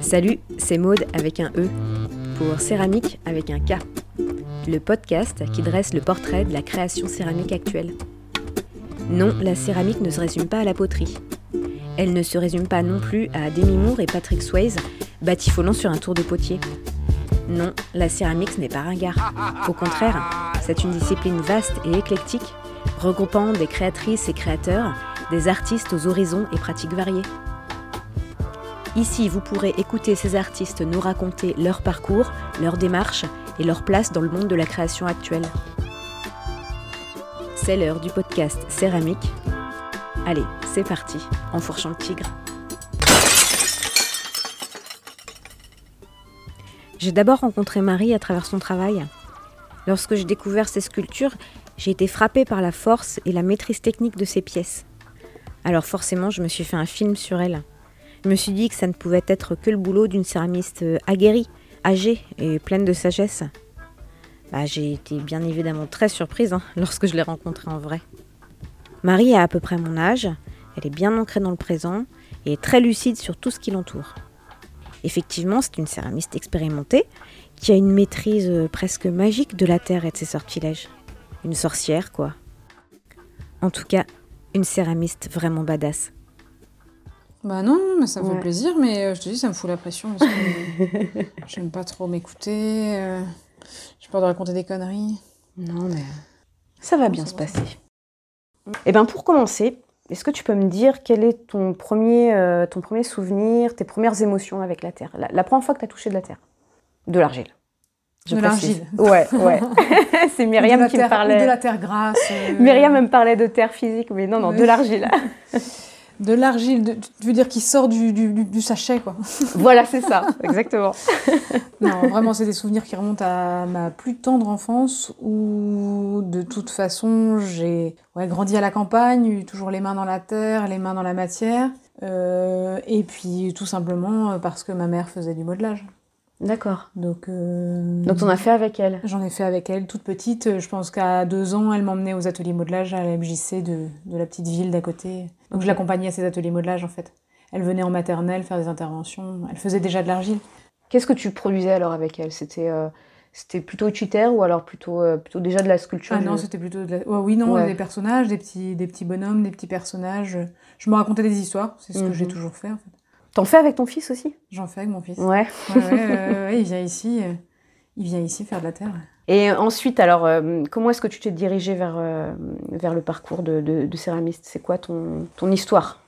Salut, c'est Maude avec un E, pour Céramique avec un K, le podcast qui dresse le portrait de la création céramique actuelle. Non, la céramique ne se résume pas à la poterie. Elle ne se résume pas non plus à Demi Moore et Patrick Swayze, batifolant sur un tour de potier. Non, la céramique ce n'est pas ringard. Au contraire, c'est une discipline vaste et éclectique, regroupant des créatrices et créateurs, des artistes aux horizons et pratiques variées. Ici, vous pourrez écouter ces artistes nous raconter leur parcours, leur démarche et leur place dans le monde de la création actuelle. C'est l'heure du podcast Céramique. Allez, c'est parti, enfourchant le tigre. J'ai d'abord rencontré Marie à travers son travail. Lorsque j'ai découvert ses sculptures, j'ai été frappée par la force et la maîtrise technique de ses pièces. Alors forcément, je me suis fait un film sur elle. Je me suis dit que ça ne pouvait être que le boulot d'une céramiste aguerrie, âgée et pleine de sagesse. J'ai été bien évidemment très surprise lorsque je l'ai rencontrée en vrai. Marie a à peu près mon âge, elle est bien ancrée dans le présent et est très lucide sur tout ce qui l'entoure. Effectivement, c'est une céramiste expérimentée qui a une maîtrise presque magique de la terre et de ses sortilèges. Une sorcière, quoi. En tout cas, une céramiste vraiment badass. Non, mais ça me fait plaisir, mais je te dis, ça me fout la pression parce que j'aime pas trop m'écouter, j'ai peur de raconter des conneries. Non, mais ça va bien se passer. Et pour commencer, est-ce que tu peux me dire quel est ton premier souvenir, tes premières émotions avec la terre, la première fois que tu as touché de la terre? De l'argile. De l'argile. Ouais. C'est Myriam qui me parlait. Ou de la terre grasse. Myriam me parlait de terre physique, mais non, de l'argile. De l'argile, tu veux dire qui sort du sachet, quoi. Voilà, c'est ça, exactement. Non, vraiment, c'est des souvenirs qui remontent à ma plus tendre enfance où, de toute façon, j'ai grandi à la campagne, eu toujours les mains dans la terre, les mains dans la matière, et puis tout simplement parce que ma mère faisait du modelage. D'accord. Donc t'en as fait avec elle? J'en ai fait avec elle, toute petite. Je pense qu'à 2 ans, elle m'emmenait aux ateliers modelage à la MJC de la petite ville d'à côté. Donc je l'accompagnais à ces ateliers modelage, en fait. Elle venait en maternelle faire des interventions. Elle faisait déjà de l'argile. Qu'est-ce que tu produisais alors avec elle? C'était plutôt utilitaire ou alors plutôt déjà de la sculpture? Non, c'était plutôt de la... des personnages, des petits bonhommes, des petits personnages. Je me racontais des histoires, c'est ce que j'ai toujours fait, en fait. T'en fais avec ton fils aussi? J'en fais avec mon fils. Ouais. Il vient ici faire de la terre. Et ensuite, alors, comment est-ce que tu t'es dirigée vers le parcours de céramiste? C'est quoi ton histoire?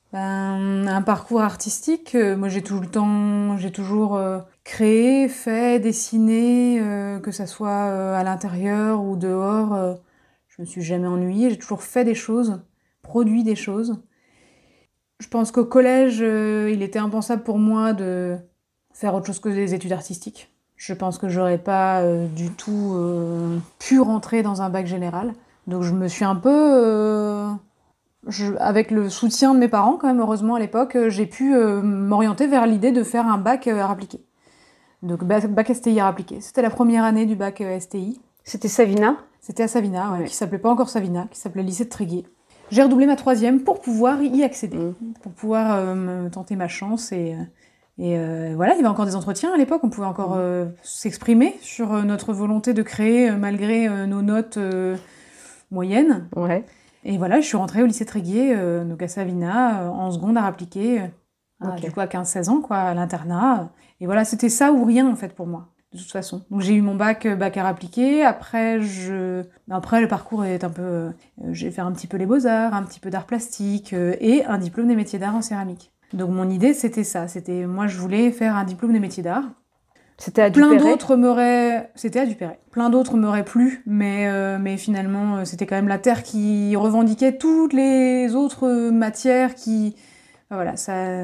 Un parcours artistique. Moi, j'ai toujours créé, fait, dessiné, que ça soit à l'intérieur ou dehors. Je me suis jamais ennuyée. J'ai toujours fait des choses, produit des choses. Je pense qu'au collège, il était impensable pour moi de faire autre chose que des études artistiques. Je pense que j'aurais pas du tout pu rentrer dans un bac général. Donc je me suis un peu... avec le soutien de mes parents, quand même, heureusement, à l'époque, j'ai pu m'orienter vers l'idée de faire un bac art appliqué. Donc bac STI art appliqué. C'était la première année du bac STI. C'était Savina? C'était à Savina, qui s'appelait pas encore Savina, qui s'appelait lycée de Tréguier. J'ai redoublé ma 3e pour pouvoir y accéder, pour pouvoir me tenter ma chance. Et voilà, il y avait encore des entretiens à l'époque, on pouvait encore s'exprimer sur notre volonté de créer malgré nos notes moyennes. Ouais. Et voilà, je suis rentrée au lycée Tréguier, donc à Savina, en seconde art appliqué, du coup à 15-16 ans, à l'internat. Et voilà, c'était ça ou rien en fait pour moi. De toute façon. Donc j'ai eu mon bac art appliqué. Après le parcours est un peu... j'ai fait un petit peu les beaux-arts, un petit peu d'art plastique et un diplôme des métiers d'art en céramike. Donc mon idée c'était ça. Moi je voulais faire un diplôme des métiers d'art. C'était à Duperré? C'était à Duperré. Plein d'autres m'auraient plu, mais finalement c'était quand même la terre qui revendiquait toutes les autres matières qui... Voilà, ça...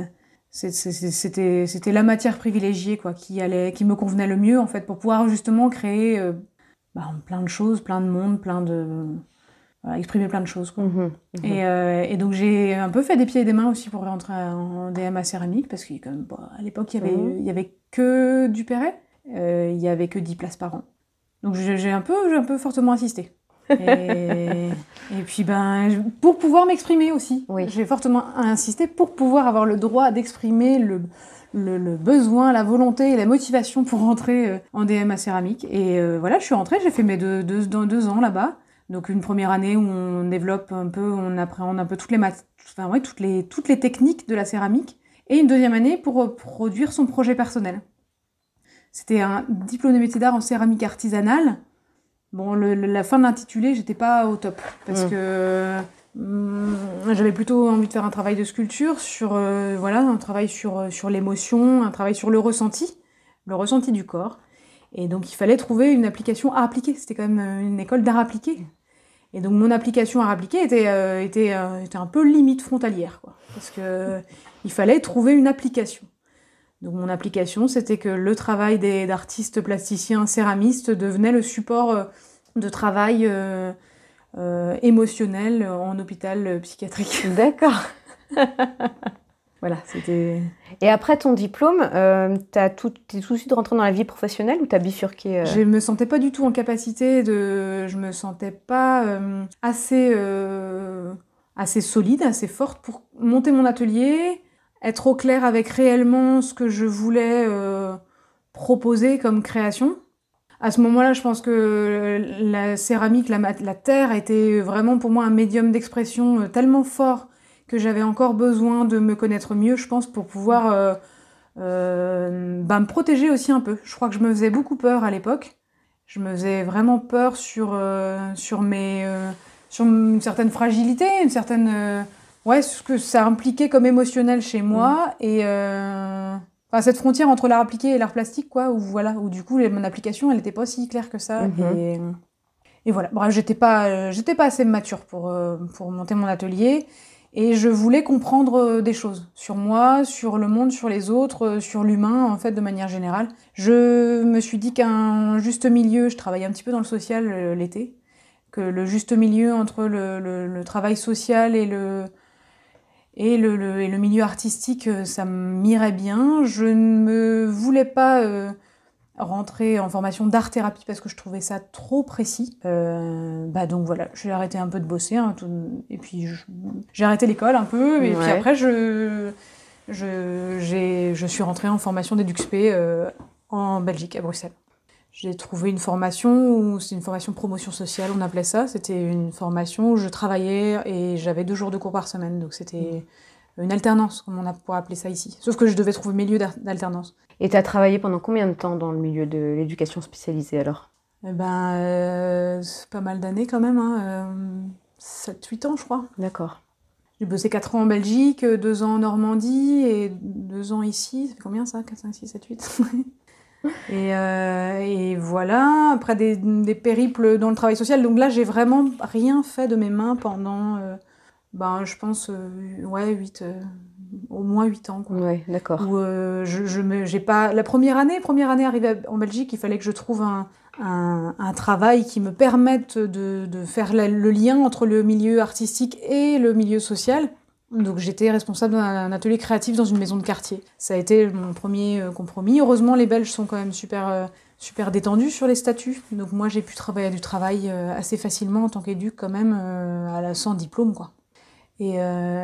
C'était la matière privilégiée qui me convenait le mieux en fait pour pouvoir justement créer plein de choses, plein de monde, exprimer plein de choses. Et donc j'ai un peu fait des pieds et des mains aussi pour rentrer en DMA céramique parce qu'à l'époque il y avait que Duperré, il y avait que 10 places par an. Donc j'ai un peu fortement insisté. Et puis, pour pouvoir m'exprimer aussi. Oui. J'ai fortement insisté pour pouvoir avoir le droit d'exprimer le besoin, la volonté et la motivation pour rentrer en DM à céramique. Et voilà, je suis rentrée, j'ai fait mes deux ans là-bas. Donc une première année où on développe un peu, on appréhende un peu toutes les techniques de la céramique. Et une deuxième année pour produire son projet personnel. C'était un diplôme de métier d'art en céramique artisanale. Bon, la fin de l'intitulé, j'étais pas au top. Parce que j'avais plutôt envie de faire un travail de sculpture, un travail sur l'émotion, un travail sur le ressenti du corps. Et donc, il fallait trouver une application à appliquer. C'était quand même une école d'art appliqué. Et donc, mon application à appliquer était un peu limite frontalière, quoi. Parce que il fallait trouver une application. Donc mon application, c'était que le travail d'artistes plasticiens céramistes devenait le support de travail émotionnel en hôpital psychiatrique. D'accord. Voilà, c'était... Et après ton diplôme, t'es tout de suite rentrée dans la vie professionnelle ou t'as bifurqué Je me sentais pas du tout en capacité de... Je me sentais pas assez solide, assez forte pour monter mon atelier, être au clair avec réellement ce que je voulais proposer comme création. À ce moment-là, je pense que la céramique, la terre était vraiment pour moi un médium d'expression tellement fort que j'avais encore besoin de me connaître mieux, je pense, pour pouvoir me protéger aussi un peu. Je crois que je me faisais beaucoup peur à l'époque. Je me faisais vraiment peur sur une certaine fragilité, une certaine... ce que ça impliquait comme émotionnel chez moi. Et cette frontière entre l'art appliqué et l'art plastique, quoi, où du coup, mon application, elle n'était pas aussi claire que ça. Et voilà. Bref, j'étais pas assez mature pour monter mon atelier. Et je voulais comprendre des choses sur moi, sur le monde, sur les autres, sur l'humain, en fait, de manière générale. Je me suis dit qu'un juste milieu, je travaillais un petit peu dans le social l'été, que le juste milieu entre le travail social et le milieu artistique, ça m'irait bien. Je ne me voulais pas rentrer en formation d'art-thérapie parce que je trouvais ça trop précis. Donc voilà, j'ai arrêté un peu de bosser, et puis j'ai arrêté l'école un peu, et puis après je suis rentrée en formation d'EduxP en Belgique, à Bruxelles. J'ai trouvé une formation, c'est une formation promotion sociale, on appelait ça. C'était une formation où je travaillais et j'avais 2 jours de cours par semaine. Donc c'était une alternance, comme on pourrait appeler ça ici. Sauf que je devais trouver mes lieux d'alternance. Et tu as travaillé pendant combien de temps dans le milieu de l'éducation spécialisée alors ? C'est pas mal d'années quand même, 7-8 ans je crois. D'accord. J'ai bossé 4 ans en Belgique, 2 ans en Normandie et 2 ans ici. Ça fait combien ça ? 4, 5, 6, 7, 8 Et voilà, après des périples dans le travail social. Donc là, j'ai vraiment rien fait de mes mains pendant, je pense, au moins 8 ans. Quoi. Ouais, d'accord. Où j'ai pas... La première année arrivée en Belgique, il fallait que je trouve un travail qui me permette de faire le lien entre le milieu artistique et le milieu social. Donc j'étais responsable d'un atelier créatif dans une maison de quartier. Ça a été mon premier compromis. Heureusement, les Belges sont quand même super détendus sur les statuts. Donc moi, j'ai pu travailler du travail assez facilement en tant qu'éduc quand même, sans diplôme, quoi. Et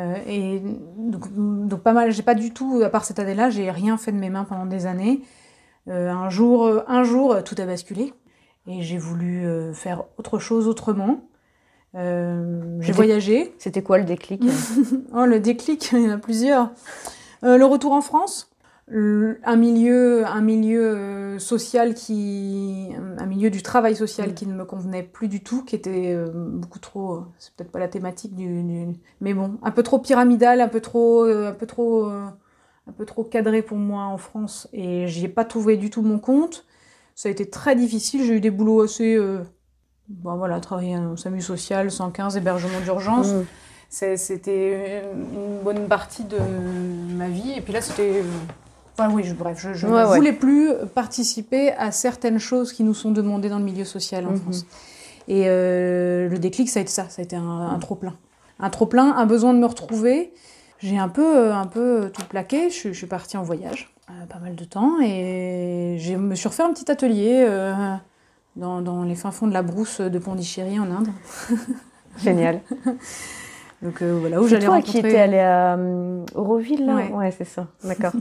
donc pas mal. J'ai pas du tout, à part cette année-là, j'ai rien fait de mes mains pendant des années. Un jour, tout a basculé et j'ai voulu faire autre chose autrement. J'ai voyagé. C'était quoi le déclic ? Le déclic, il y en a plusieurs. Le retour en France, un milieu social un milieu du travail social qui ne me convenait plus du tout, qui était beaucoup trop, c'est peut-être pas la thématique mais bon, un peu trop pyramidal, un peu trop cadré pour moi en France, et j'y ai pas trouvé du tout mon compte. Ça a été très difficile, j'ai eu des boulots assez travailler en SAMU social, 115, hébergement d'urgence. C'était une bonne partie de ma vie. Et puis là, c'était... je ne voulais plus participer à certaines choses qui nous sont demandées dans le milieu social en France. Et le déclic, ça a été ça. Ça a été un trop-plein. Un trop-plein, un besoin de me retrouver. J'ai un peu tout plaqué. Je suis partie en voyage, pas mal de temps. Et je me suis refait un petit atelier... dans les fins fonds de la brousse de Pondichéry en Inde. Génial. Donc voilà, où C'est j'allais toi rencontrer... qui étais allée à Auroville, là? Ouais. Ouais, c'est ça. D'accord.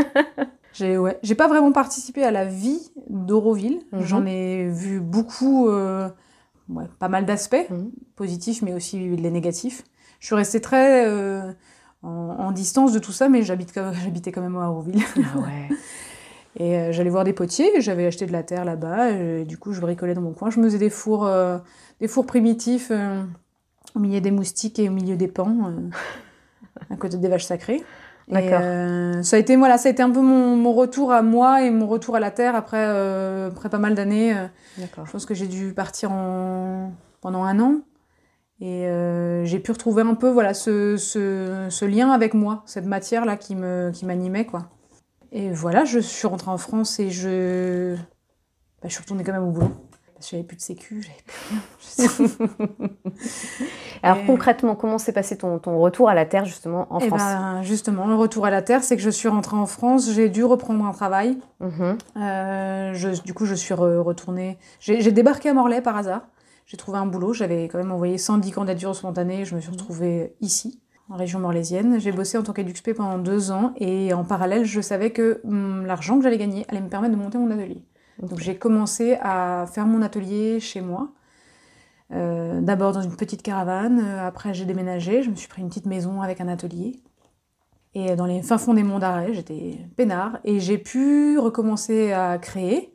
J'ai pas vraiment participé à la vie d'Auroville. J'en ai vu beaucoup, pas mal d'aspects positifs, mais aussi les négatifs. Je suis restée très en distance de tout ça, mais j'habitais quand même à Auroville. Ah ouais. Et j'allais voir des potiers, j'avais acheté de la terre là-bas, et du coup je bricolais dans mon coin. Je me faisais des fours primitifs au milieu des moustiques et au milieu des paons, à côté des vaches sacrées. D'accord. Et ça a été un peu mon retour à moi et mon retour à la terre après pas mal d'années. D'accord. Je pense que j'ai dû partir pendant 1 an. Et j'ai pu retrouver un peu ce lien avec moi, cette matière-là qui m'animait, quoi. Et voilà, je suis rentrée en France et je suis retournée quand même au boulot. Parce que j'avais plus de sécu, j'avais plus rien. Alors concrètement, comment s'est passé ton retour à la terre justement en France? Justement, le retour à la terre, c'est que je suis rentrée en France, j'ai dû reprendre un travail. Du coup, je suis retournée... J'ai débarqué à Morlaix par hasard. J'ai trouvé un boulot, j'avais quand même envoyé 110 candidatures spontanées, je me suis retrouvée ici, en région morlaisienne. J'ai bossé en tant qu'EduxP pendant 2 ans et en parallèle, je savais que l'argent que j'allais gagner allait me permettre de monter mon atelier. Okay. Donc j'ai commencé à faire mon atelier chez moi, d'abord dans une petite caravane, après j'ai déménagé, je me suis pris une petite maison avec un atelier. Et dans les fins fonds des Monts d'Arrée, j'étais peinard et j'ai pu recommencer à créer.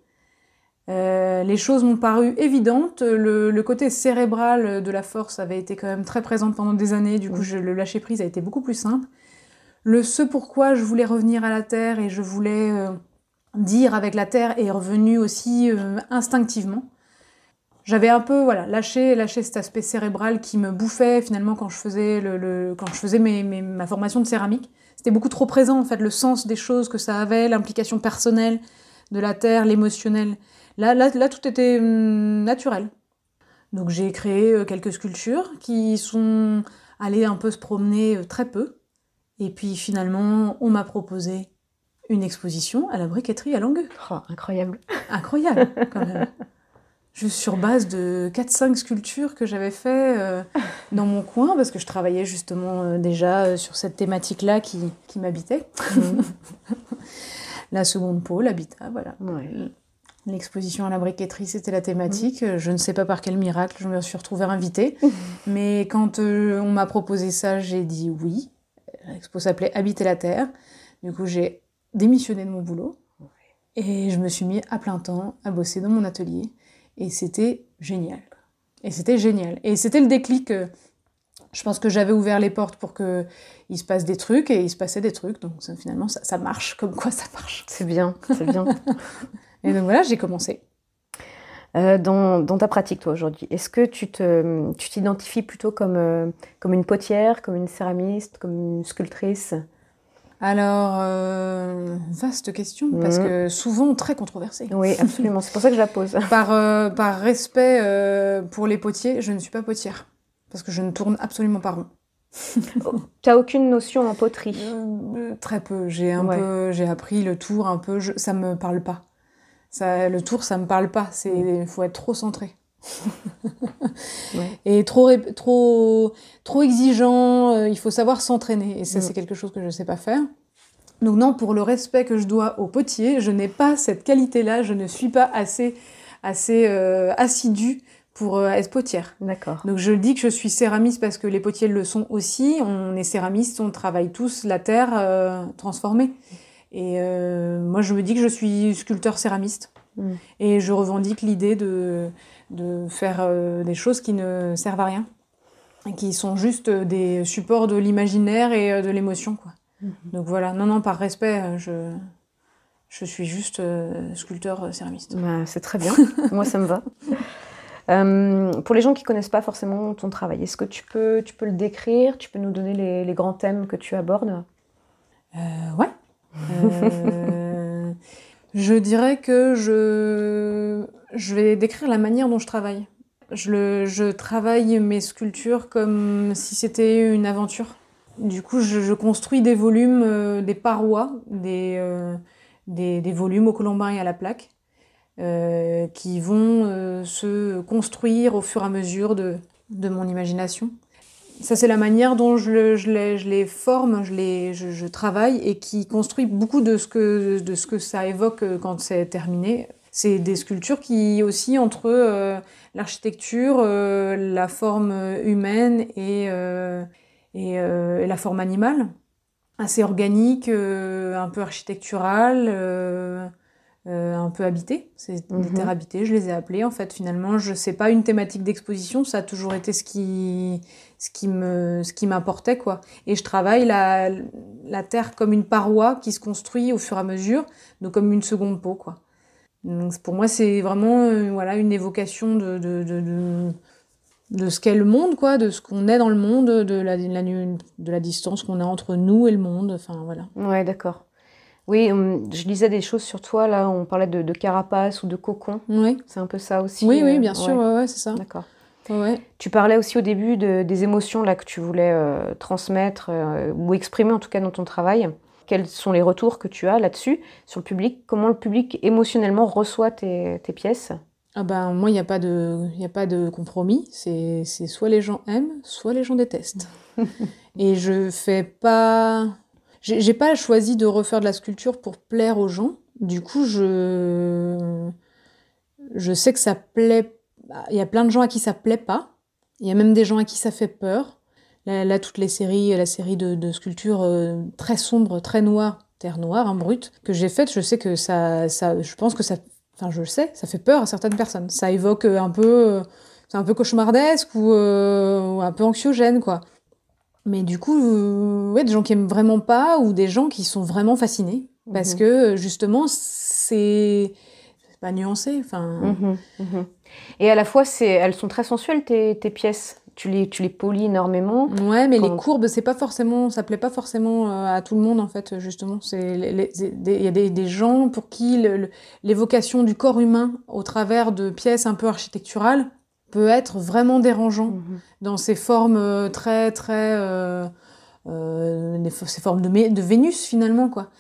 Les choses m'ont paru évidentes, le côté cérébral de la force avait été quand même très présente pendant des années, du coup le lâcher-prise a été beaucoup plus simple. Ce pourquoi je voulais revenir à la terre et je voulais dire avec la terre est revenu aussi instinctivement. J'avais un peu lâché cet aspect cérébral qui me bouffait finalement quand je faisais, ma formation de céramique. C'était beaucoup trop présent en fait, le sens des choses que ça avait, l'implication personnelle de la terre, l'émotionnel. Là, tout était naturel. Donc j'ai créé quelques sculptures qui sont allées un peu se promener très peu. Et puis finalement, on m'a proposé une exposition à la briqueterie à Langueux. Oh, incroyable. Incroyable, quand même. Juste sur base de 4-5 sculptures que j'avais fait dans mon coin, parce que je travaillais justement déjà sur cette thématique-là qui m'habitait. La seconde peau, l'habitat, voilà. Ouais. L'exposition à la briqueterie, c'était la thématique. Je ne sais pas par quel miracle, je me suis retrouvée invitée. Mais quand on m'a proposé ça, j'ai dit oui. L'expo s'appelait Habiter la Terre. Du coup, j'ai démissionné de mon boulot. Et je me suis mis à plein temps à bosser dans mon atelier. Et c'était génial. Et c'était le déclic. Je pense que j'avais ouvert les portes pour qu'il se passe des trucs. Et il se passait des trucs. Donc finalement, ça marche. Comme quoi ça marche. C'est bien, c'est bien. Et donc voilà, j'ai commencé. Dans ta pratique, toi, aujourd'hui, est-ce que tu t'identifies plutôt comme une potière, comme une céramiste, comme une sculptrice? Alors, vaste question, parce que souvent très controversée. Oui, absolument, c'est pour ça que je la pose. Par respect pour les potiers, je ne suis pas potière, parce que je ne tourne absolument pas rond. T'as aucune notion en poterie? Très peu, j'ai appris le tour un peu, ça me parle pas. Le tour, ça me parle pas. Il faut être trop centré. Et trop exigeant. Il faut savoir s'entraîner. Et ça, c'est quelque chose que je ne sais pas faire. Donc non, pour le respect que je dois au potier, je n'ai pas cette qualité-là. Je ne suis pas assez assidue pour être potière. D'accord. Donc je dis que je suis céramiste parce que les potiers le sont aussi. On est céramiste, on travaille tous la terre transformée. Et moi, je me dis que je suis sculpteur céramiste. Et je revendique l'idée de faire des choses qui ne servent à rien. Et qui sont juste des supports de l'imaginaire et de l'émotion, quoi. Donc voilà, non, par respect, je suis juste sculpteur céramiste. Bah, c'est très bien, moi ça me va. Pour les gens qui ne connaissent pas forcément ton travail, est-ce que tu peux le décrire? Tu peux nous donner les grands thèmes que tu abordes? Ouais. Je dirais que je vais décrire la manière dont je travaille. Je travaille mes sculptures comme si c'était une aventure. Du coup, je construis des volumes, des parois, des volumes au colombin et à la plaque. qui vont se construire au fur et à mesure de mon imagination. Ça, c'est la manière dont je les forme, je travaille et qui construit beaucoup de ce que ça évoque quand c'est terminé. C'est des sculptures qui oscillent entre l'architecture, la forme humaine et la forme animale. Assez organique, un peu architecturale, un peu habité. C'est des terres habitées, je les ai appelées. En fait, finalement, c'est pas une thématique d'exposition, ça a toujours été ce qui m'apportait, quoi. Et je travaille la terre comme une paroi qui se construit au fur et à mesure, donc comme une seconde peau, quoi. Donc, pour moi, c'est vraiment une évocation de ce qu'est le monde, quoi, de ce qu'on est dans le monde, de la distance qu'on a entre nous et le monde. Enfin, voilà. Ouais, d'accord. Oui, je lisais des choses sur toi, là, on parlait de carapace ou de cocon. Oui. C'est un peu ça aussi. Oui, bien sûr, ouais, c'est ça. D'accord. Ouais. Tu parlais aussi au début des émotions là, que tu voulais transmettre ou exprimer en tout cas dans ton travail. Quels sont les retours que tu as là-dessus, sur le public? Comment le public émotionnellement reçoit tes pièces? Ah ben, moi, il n'y a pas de compromis. C'est soit les gens aiment, soit les gens détestent. Et je fais pas... J'ai pas choisi de refaire de la sculpture pour plaire aux gens. Du coup, je sais que ça plaît... Il y a plein de gens à qui ça plaît pas. Il y a même des gens à qui ça fait peur. Là toutes la série de sculptures très sombres, très noires, terre noire, brute, que j'ai faites, je sais que je pense que ça... Enfin, je le sais, ça fait peur à certaines personnes. Ça évoque un peu... c'est un peu cauchemardesque ou un peu anxiogène, quoi. Mais du coup, des gens qui aiment vraiment pas ou des gens qui sont vraiment fascinés. Parce que, justement, c'est pas nuancé. Enfin... Et à la fois, elles sont très sensuelles, tes pièces. Tu les polis énormément. Ouais, mais les courbes, ça plaît pas forcément à tout le monde, en fait, justement. Il y a des gens pour qui l'évocation du corps humain au travers de pièces un peu architecturales peut être vraiment dérangeant dans ces formes très, très... ces formes de Vénus, finalement, quoi.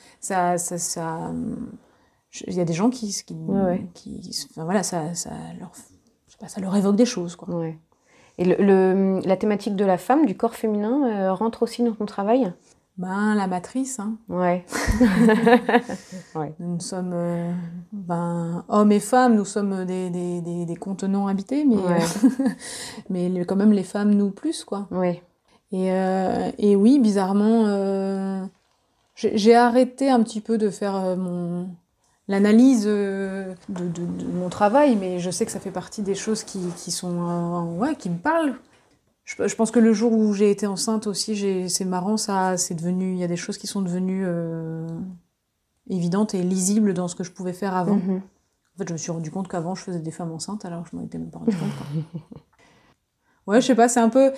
Il y a des gens qui enfin, voilà, ça leur évoque des choses, quoi. Ouais. Et la thématique de la femme, du corps féminin, rentre aussi dans ton travail? Ben, la matrice, hein. Ouais. Ouais. Nous sommes, hommes et femmes, nous sommes des contenants habités, mais, mais quand même les femmes nous plus, quoi. Ouais. Et oui, bizarrement, j'ai arrêté un petit peu de faire l'analyse de mon travail, mais je sais que ça fait partie des choses qui me parlent. Je pense que le jour où j'ai été enceinte aussi, c'est marrant, il y a des choses qui sont devenues évidentes et lisibles dans ce que je pouvais faire avant. En fait, je me suis rendu compte qu'avant, je faisais des femmes enceintes, alors je m'en étais même pas rendu compte, quoi. Ouais, je sais pas, c'est un peu...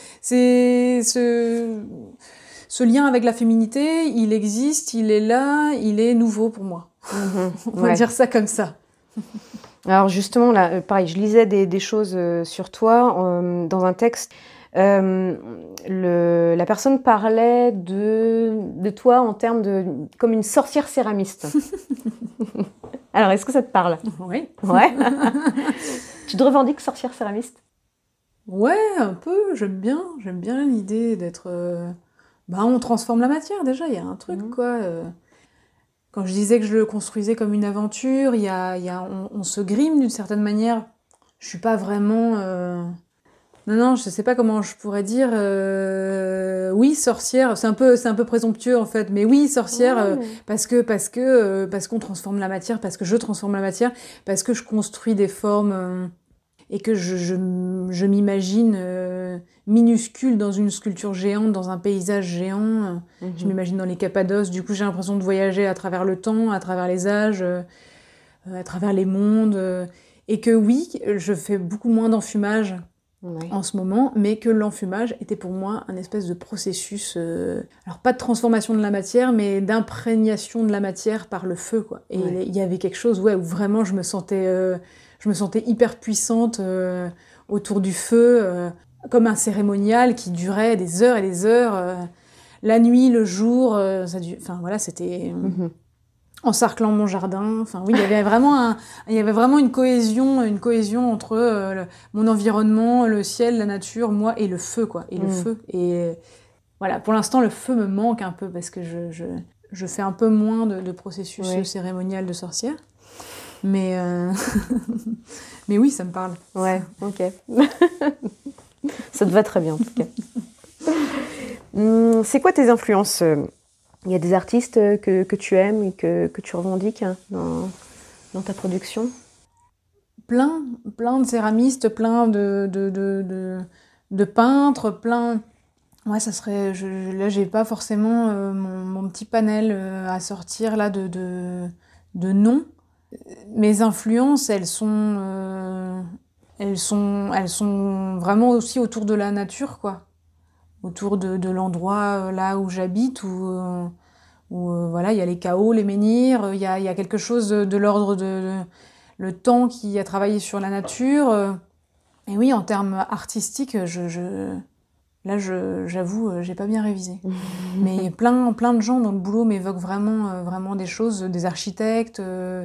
Ce lien avec la féminité, il existe, il est là, il est nouveau pour moi. On va dire ça comme ça. Alors justement, là, pareil, je lisais des choses sur toi dans un texte. La personne parlait de toi en termes comme une sorcière céramiste. Alors, est-ce que ça te parle? Oui. Ouais. Tu te revendiques sorcière céramiste? Ouais, un peu. J'aime bien l'idée d'être... on transforme la matière, déjà, il y a un truc, quoi. Quand je disais que je le construisais comme une aventure, on se grime d'une certaine manière. Je suis pas vraiment... Non, je sais pas comment je pourrais dire. Oui, sorcière, c'est un peu présomptueux en fait, mais oui, sorcière, parce qu'on transforme la matière, parce que je transforme la matière, parce que je construis des formes et que je m'imagine minuscule dans une sculpture géante, dans un paysage géant. Je m'imagine dans les Cappadoces. Du coup, j'ai l'impression de voyager à travers le temps, à travers les âges, à travers les mondes, et que oui, je fais beaucoup moins d'enfumage. En ce moment, mais que l'enfumage était pour moi un espèce de processus, alors pas de transformation de la matière, mais d'imprégnation de la matière par le feu, quoi. Et il y avait quelque chose, où vraiment je me sentais hyper puissante autour du feu, comme un cérémonial qui durait des heures et des heures, la nuit, le jour, enfin voilà, c'était... encerclant mon jardin. Enfin oui, il y avait vraiment une cohésion entre mon environnement, le ciel, la nature, moi et le feu, quoi. Et le feu. Et voilà, pour l'instant, le feu me manque un peu parce que je fais un peu moins de processus cérémonial de sorcière. Mais, mais oui, ça me parle. Ouais, ok. Ça te va très bien, en tout cas. C'est quoi tes influences? Il y a des artistes que tu aimes et que tu revendiques dans ta production? Plein de céramistes, plein de peintres, plein... Ouais, ça serait... là, j'ai pas forcément mon petit panel à sortir là de noms. Mes influences, elles sont vraiment aussi autour de la nature, quoi. Autour de l'endroit là où j'habite, où voilà, il y a les chaos, les menhirs, il y a quelque chose de l'ordre de le temps qui a travaillé sur la nature. Et oui, en termes artistiques, là, j'avoue, j'ai pas bien révisé. Mais plein de gens dont le boulot m'évoque vraiment des choses, des architectes,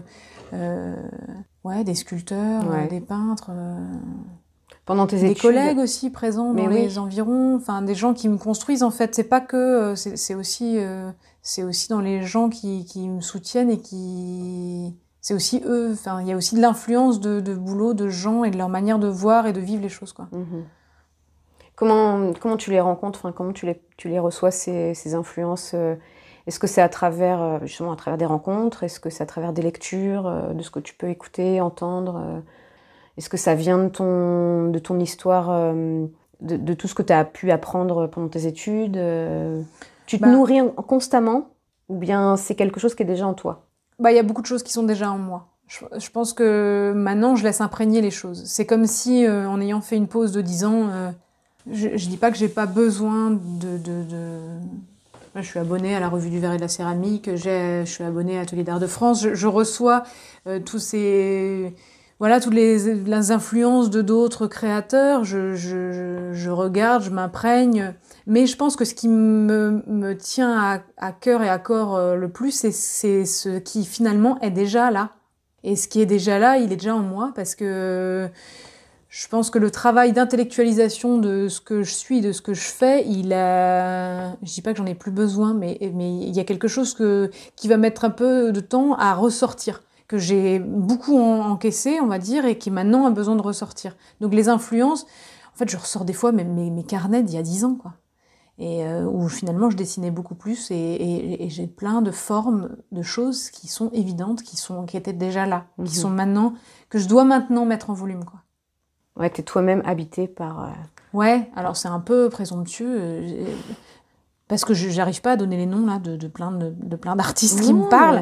des sculpteurs, des peintres. Pendant tes des études. Collègues aussi présents dans les environs, enfin des gens qui me construisent en fait. C'est pas que, c'est aussi dans les gens qui me soutiennent et c'est aussi eux. Enfin, il y a aussi de l'influence de boulot de gens et de leur manière de voir et de vivre les choses, quoi. Comment tu les rencontres, enfin, comment tu les reçois, ces influences? Est-ce que c'est à travers des rencontres? Est-ce que c'est à travers des lectures, de ce que tu peux écouter, entendre? Est-ce que ça vient de ton histoire, de tout ce que tu as pu apprendre pendant tes études? Tu te nourris constamment ou bien c'est quelque chose qui est déjà en toi? Il y a beaucoup de choses qui sont déjà en moi. Je pense que maintenant, je laisse imprégner les choses. C'est comme si, en ayant fait une pause de 10 ans, je dis pas que j'ai pas besoin Là, je suis abonnée à la Revue du Verre et de la Céramique, je suis abonnée à Atelier d'Art de France, je reçois toutes les influences de d'autres créateurs, je regarde, je m'imprègne. Mais je pense que ce qui me tient à cœur et à corps le plus, c'est ce qui finalement est déjà là. Et ce qui est déjà là, il est déjà en moi, parce que je pense que le travail d'intellectualisation de ce que je suis, de ce que je fais, je dis pas que j'en ai plus besoin, mais il y a quelque chose qui va mettre un peu de temps à ressortir, que j'ai beaucoup encaissé, on va dire, et qui maintenant a besoin de ressortir. Donc les influences, en fait, je ressors des fois mes carnets d'il y a 10 ans, quoi. Et où finalement je dessinais beaucoup plus et j'ai plein de formes, de choses qui sont évidentes, qui étaient déjà là, qui sont maintenant, que je dois maintenant mettre en volume, quoi. Ouais, t'es toi-même habité par... Ouais, alors c'est un peu présomptueux, parce que j'arrive pas à donner les noms là de plein d'artistes qui me parlent,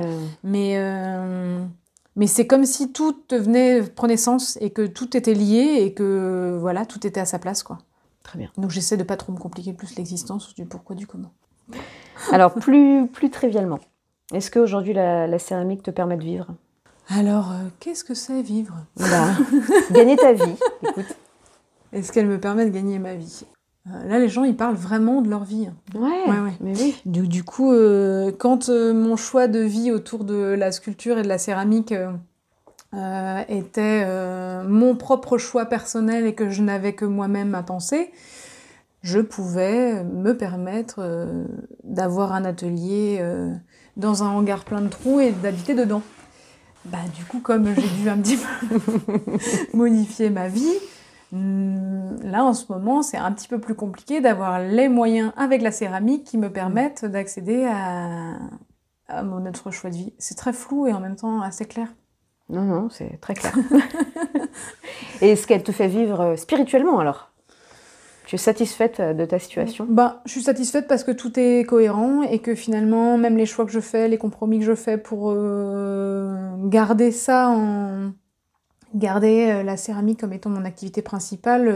mais c'est comme si tout prenait sens et que tout était lié et que voilà, tout était à sa place, quoi. Très bien. Donc j'essaie de pas trop me compliquer plus l'existence, du pourquoi, du comment. Alors plus trivialement, est-ce qu'aujourd'hui la céramique te permet de vivre? Alors, qu'est-ce que c'est vivre? Gagner ta vie, écoute. Est-ce qu'elle me permet de gagner ma vie? Là, les gens, ils parlent vraiment de leur vie. Ouais. Mais oui. Du coup, quand mon choix de vie autour de la sculpture et de la céramique était mon propre choix personnel et que je n'avais que moi-même à penser, je pouvais me permettre d'avoir un atelier dans un hangar plein de trous et d'habiter dedans. Du coup, comme j'ai dû un petit peu modifier ma vie, là, en ce moment, c'est un petit peu plus compliqué d'avoir les moyens avec la céramique qui me permettent d'accéder à mon autre choix de vie. C'est très flou et en même temps assez clair. Non, c'est très clair. Et est-ce qu'elle te fait vivre spirituellement, alors? Tu es satisfaite de ta situation? Je suis satisfaite parce que tout est cohérent et que finalement, même les choix que je fais, les compromis que je fais pour garder la céramique comme étant mon activité principale,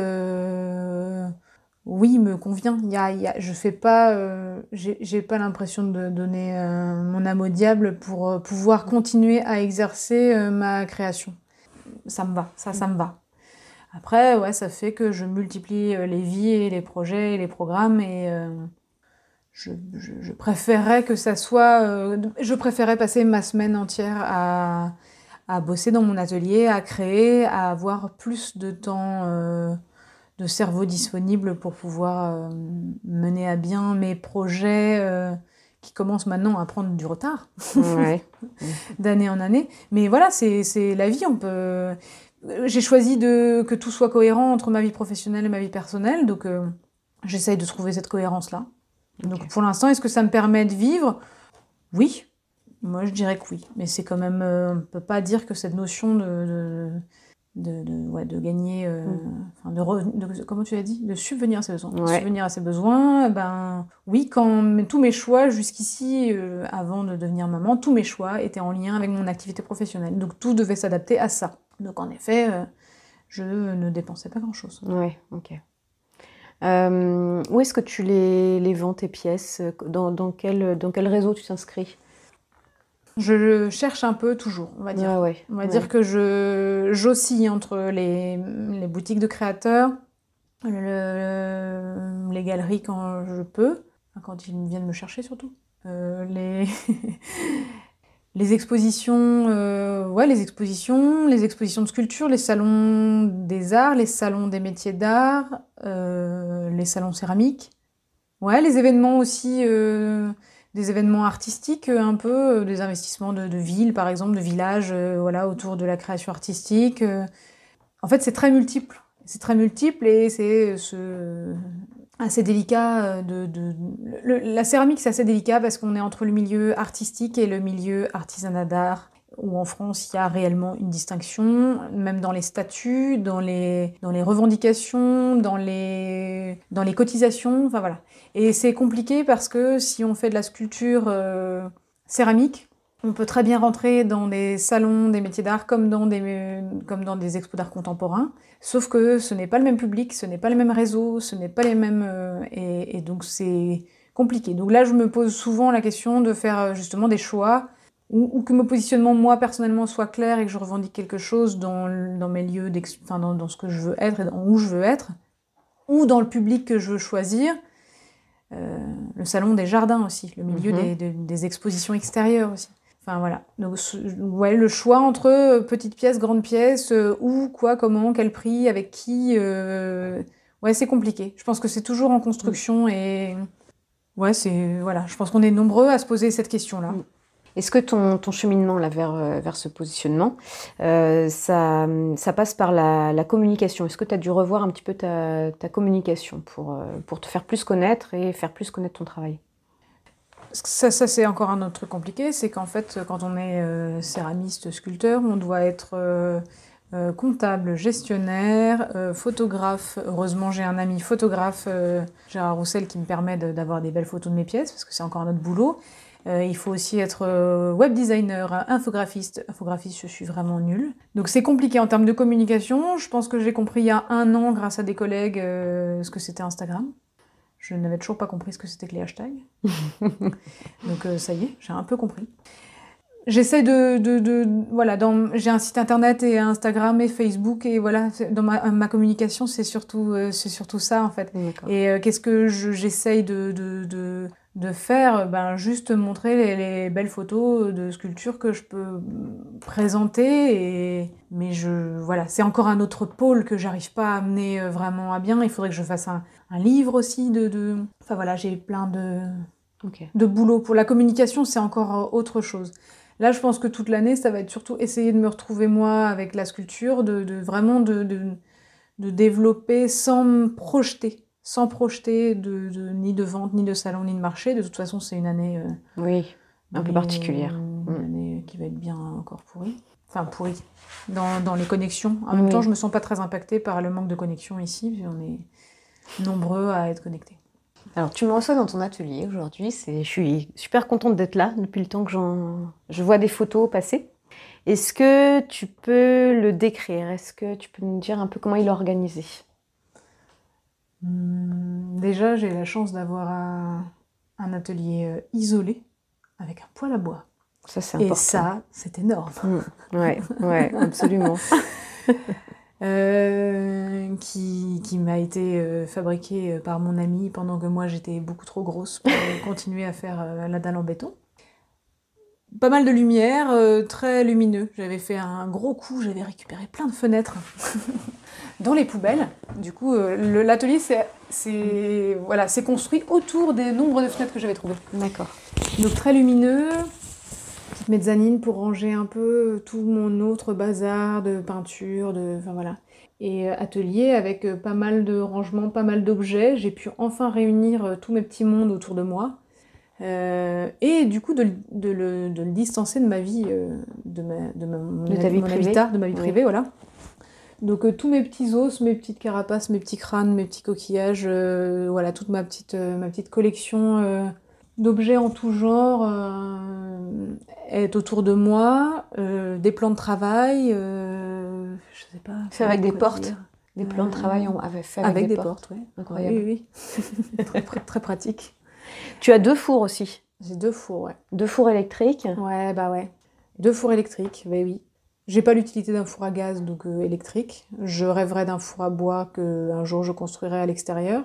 oui, me convient. Je fais pas, j'ai pas l'impression de donner mon âme au diable pour pouvoir continuer à exercer ma création. Ça me va, ça me va. Après, ouais, ça fait que je multiplie les vies et les projets et les programmes et je préférerais que ça soit... je préférais passer ma semaine entière à bosser dans mon atelier, à créer, à avoir plus de temps de cerveau disponible pour pouvoir mener à bien mes projets qui commencent maintenant à prendre du retard, Ouais. d'année en année. Mais voilà, c'est la vie, on peut... J'ai choisi que tout soit cohérent entre ma vie professionnelle et ma vie personnelle, donc j'essaye de trouver cette cohérence-là. Donc pour l'instant, est-ce que ça me permet de vivre ? Oui, moi je dirais que oui. Mais c'est quand même, on ne peut pas dire que cette notion de gagner, comment tu l'as dit ? De subvenir à ses besoins. Ouais. Subvenir à ses besoins, oui, quand tous mes choix jusqu'ici, avant de devenir maman, tous mes choix étaient en lien avec mon activité professionnelle. Donc tout devait s'adapter à ça. Donc en effet, je ne dépensais pas grand-chose. Ouais, ok. Où est-ce que tu les vends, tes pièces ? Dans quel réseau tu t'inscris ? Je cherche un peu toujours, on va dire. Ah ouais, On va dire que j'oscille entre les boutiques de créateurs, les galeries quand je peux, quand ils viennent me chercher surtout, les expositions, les expositions de sculpture, les salons des arts, les salons des métiers d'art, les salons céramiques. Ouais, les événements aussi, des événements artistiques un peu, des investissements de villes par exemple, de villages, autour de la création artistique. En fait, c'est très multiple. C'est très multiple et c'est assez délicat la céramique, c'est assez délicat parce qu'on est entre le milieu artistique et le milieu artisanat d'art, où en France, il y a réellement une distinction, même dans les statuts, dans les revendications, dans les cotisations, enfin voilà. Et c'est compliqué parce que si on fait de la sculpture céramique, on peut très bien rentrer dans des salons des métiers d'art comme dans des expos d'art contemporain, sauf que ce n'est pas le même public, ce n'est pas les mêmes réseaux, ce n'est pas les mêmes... et donc c'est compliqué. Donc là, je me pose souvent la question de faire justement des choix ou que mon positionnement, moi, personnellement, soit clair et que je revendique quelque chose dans mes lieux, dans ce que je veux être et où je veux être, ou dans le public que je veux choisir. Le salon des jardins aussi, le milieu des expositions extérieures aussi. Enfin voilà, donc le choix entre petite pièce, grande pièce, où, quoi, comment, quel prix, avec qui, c'est compliqué. Je pense que c'est toujours en construction et je pense qu'on est nombreux à se poser cette question-là. Est-ce que ton cheminement là, vers ce positionnement, ça passe par la communication ? Est-ce que tu as dû revoir un petit peu ta communication pour te faire plus connaître et faire plus connaître ton travail ? Ça c'est encore un autre truc compliqué, c'est qu'en fait, quand on est céramiste, sculpteur, on doit être comptable, gestionnaire, photographe. Heureusement, j'ai un ami photographe, Gérard Roussel, qui me permet d'avoir des belles photos de mes pièces, parce que c'est encore un autre boulot. Il faut aussi être web designer, infographiste. Infographiste, je suis vraiment nulle. Donc c'est compliqué en termes de communication. Je pense que j'ai compris il y a 1 an, grâce à des collègues, ce que c'était Instagram. Je n'avais toujours pas compris ce que c'était que les hashtags. Donc ça y est, j'ai un peu compris. J'essaie j'ai un site internet et Instagram et Facebook et voilà, dans ma communication, c'est surtout ça en fait. D'accord. Et qu'est-ce que j'essaye de faire, juste montrer les belles photos de sculptures que je peux présenter. Mais c'est encore un autre pôle que j'arrive pas à amener vraiment à bien. Il faudrait que je fasse un livre aussi Enfin voilà, j'ai plein de boulot. Pour la communication, c'est encore autre chose. Là, je pense que toute l'année, ça va être surtout essayer de me retrouver moi avec la sculpture, vraiment de développer sans me projeter. Sans projeter ni de vente, ni de salon, ni de marché. De toute façon, c'est une année... un peu particulière. Une année qui va être bien encore pourrie. Enfin, pourrie. Dans les connexions. En même temps, je me sens pas très impactée par le manque de connexion ici, puis on est nombreux à être connectés. Alors, tu me reçois dans ton atelier aujourd'hui. Je suis super contente d'être là depuis le temps que je vois des photos passer. Est-ce que tu peux le décrire ? Est-ce que tu peux nous dire un peu comment il est organisé ? Déjà, j'ai la chance d'avoir un atelier isolé avec un poêle à bois. Ça, c'est important. Et ça, c'est énorme. Ouais, absolument. qui m'a été fabriqué par mon ami pendant que moi j'étais beaucoup trop grosse pour continuer à faire la dalle en béton. Pas mal de lumière, très lumineux. J'avais fait un gros coup, j'avais récupéré plein de fenêtres dans les poubelles. Du coup, l'atelier c'est construit autour des nombres de fenêtres que j'avais trouvées. D'accord. Donc très lumineux, petite mezzanine pour ranger un peu tout mon autre bazar de peinture, enfin voilà. Et atelier avec pas mal de rangements, pas mal d'objets. J'ai pu enfin réunir tous mes petits mondes autour de moi. Et du coup de le distancer de ma vie, mon ta vie privée. habitat, de ma vie privée, Oui. voilà. Donc tous mes petits os, mes petites carapaces, mes petits crânes, mes petits coquillages, voilà, toute ma petite collection d'objets en tout genre est autour de moi, des plans de travail, je sais pas. C'est avec des quoi portes. dire. Des plans de travail fait Avec des portes, oui. Incroyable. Oui. Très pratique. Tu as 2 fours aussi. J'ai 2 fours, ouais. 2 fours électriques. Ouais, bah ouais. 2 fours électriques, bah oui. J'ai pas l'utilité d'un four à gaz, donc électrique. Je rêverais d'un four à bois qu'un jour je construirai à l'extérieur.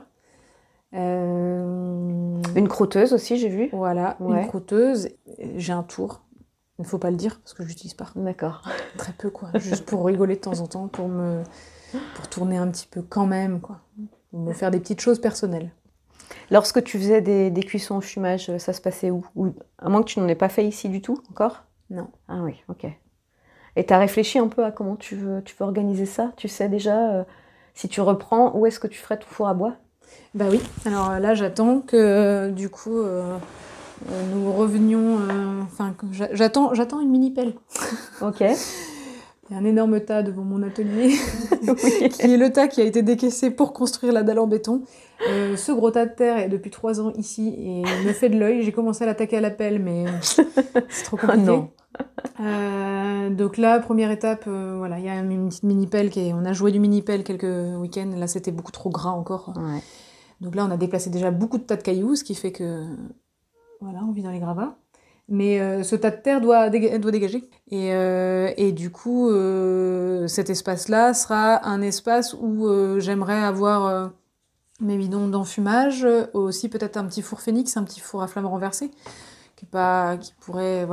Une crotteuse aussi, j'ai vu. Voilà, Ouais. une crotteuse. J'ai un tour. Il ne faut pas le dire parce que je l'utilise pas. D'accord. Très peu, quoi. Juste pour rigoler de temps en temps, pour tourner un petit peu quand même, quoi. Pour me faire des petites choses personnelles. Lorsque tu faisais des cuissons au fumage, ça se passait où? À moins que tu n'en aies pas fait ici du tout, encore? Non. Ah oui, ok. Et tu as réfléchi un peu à comment tu veux organiser ça? Tu sais déjà, si tu reprends, où est-ce que tu ferais ton four à bois? Bah oui. Alors là, j'attends que, du coup, nous revenions... j'attends une mini-pelle. Ok. Il y a un énorme tas devant mon atelier, Oui. qui est le tas qui a été décaissé pour construire la dalle en béton. Ce gros tas de terre est depuis 3 ans ici et me fait de l'œil. J'ai commencé à l'attaquer à la pelle, mais c'est trop compliqué. non. Donc là, première étape, voilà, il y a une petite mini-pelle on a joué du mini-pelle quelques week-ends. Là, c'était beaucoup trop gras encore. Ouais. Donc là, on a déplacé déjà beaucoup de tas de cailloux, ce qui fait que, voilà, on vit dans les gravats. Mais ce tas de terre doit dégager. Et du coup, cet espace-là sera un espace où j'aimerais avoir mes bidons d'enfumage, aussi peut-être un petit four phénix, un petit four à flamme renversée, qui pourrait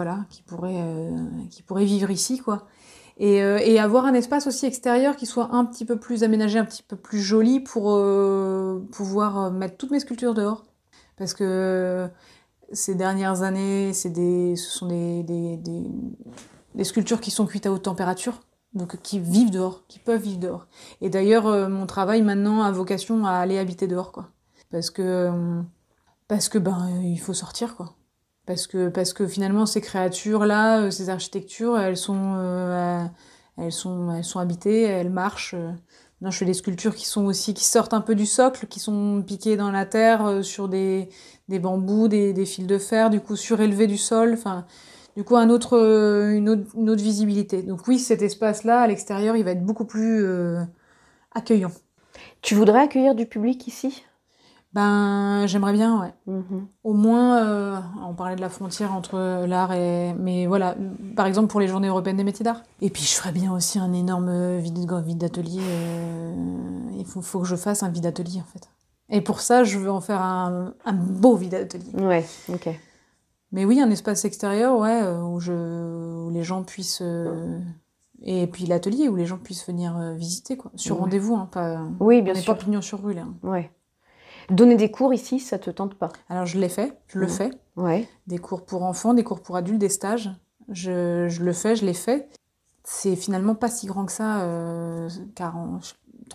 vivre ici, quoi. Et avoir un espace aussi extérieur qui soit un petit peu plus aménagé, un petit peu plus joli pour pouvoir mettre toutes mes sculptures dehors. Parce que ces dernières années, ce sont des sculptures qui sont cuites à haute température, donc qui vivent dehors, qui peuvent vivre dehors. Et d'ailleurs, mon travail maintenant a vocation à aller habiter dehors, quoi. Parce que il faut sortir, quoi. Parce que finalement, ces créatures-là, ces architectures, elles sont habitées, elles marchent. Non, je fais des sculptures qui sortent un peu du socle, qui sont piquées dans la terre sur des bambous, des fils de fer, du coup surélevés du sol. Enfin, du coup, une autre visibilité. Donc oui, cet espace-là, à l'extérieur, il va être beaucoup plus accueillant. Tu voudrais accueillir du public ici? Ben, j'aimerais bien, ouais. Mm-hmm. Au moins, on parlait de la frontière entre l'art et... Mais voilà, par exemple pour les Journées européennes des métiers d'art. Et puis je ferais bien aussi un énorme vide d'atelier. Il faut que je fasse un vide atelier, en fait. Et pour ça, je veux en faire un beau vide atelier. Ouais, ok. Mais oui, un espace extérieur, ouais, où les gens puissent... Et puis l'atelier, où les gens puissent venir visiter, quoi. Sur rendez-vous, hein, pas... Oui, bien on n'est sûr. pas pignon sur rue, là. Ouais. Donner des cours ici, ça te tente pas? Alors je le fais. Ouais. Des cours pour enfants, des cours pour adultes, des stages. Je l'ai fait. C'est finalement pas si grand que ça, 40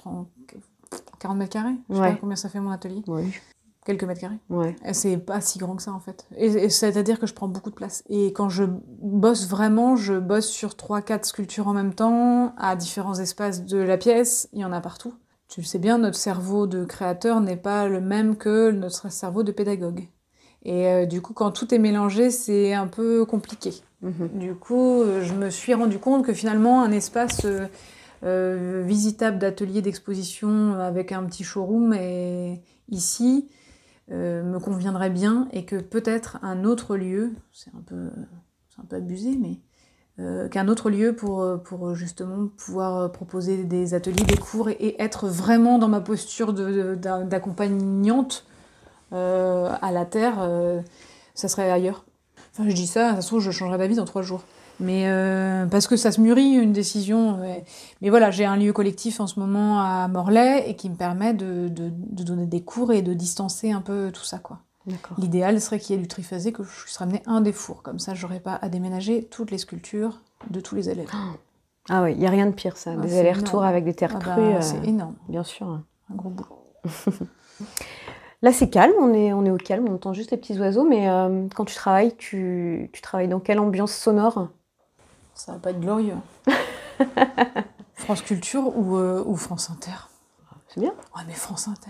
mètres carrés. Je sais pas combien ça fait mon atelier. Ouais. Quelques mètres carrés. Ouais. C'est pas si grand que ça, en fait. Et c'est-à-dire que je prends beaucoup de place. Et quand je bosse vraiment, je bosse sur 3-4 sculptures en même temps, à différents espaces de la pièce. Il y en a partout. Tu le sais bien, notre cerveau de créateur n'est pas le même que notre cerveau de pédagogue. Et du coup, quand tout est mélangé, c'est un peu compliqué. Mm-hmm. Du coup, je me suis rendu compte que finalement, un espace visitable d'atelier d'exposition avec un petit showroom ici me conviendrait bien et que peut-être un autre lieu, c'est un peu abusé, mais qu'un autre lieu pour justement pouvoir proposer des ateliers, des cours et être vraiment dans ma posture d'accompagnante à la terre, ça serait ailleurs. Enfin, je dis ça se trouve, je changerai d'avis dans 3 jours. Mais parce que ça se mûrit, une décision. Ouais. Mais voilà, j'ai un lieu collectif en ce moment à Morlaix et qui me permet de donner des cours et de distancer un peu tout ça, quoi. D'accord. L'idéal serait qu'il y ait du triphasé, que je puisse ramener un des fours. Comme ça, j'aurais pas à déménager toutes les sculptures de tous les élèves. Ah oui, il n'y a rien de pire, ça. Des allers-retours avec des terres crues. C'est énorme. Bien sûr. Un gros boulot. Là, c'est calme, on est au calme, on entend juste les petits oiseaux, mais quand tu travailles, tu travailles dans quelle ambiance sonore ? Ça va pas être glorieux. France Culture ou France Inter. C'est bien. Ouais, mais France Inter.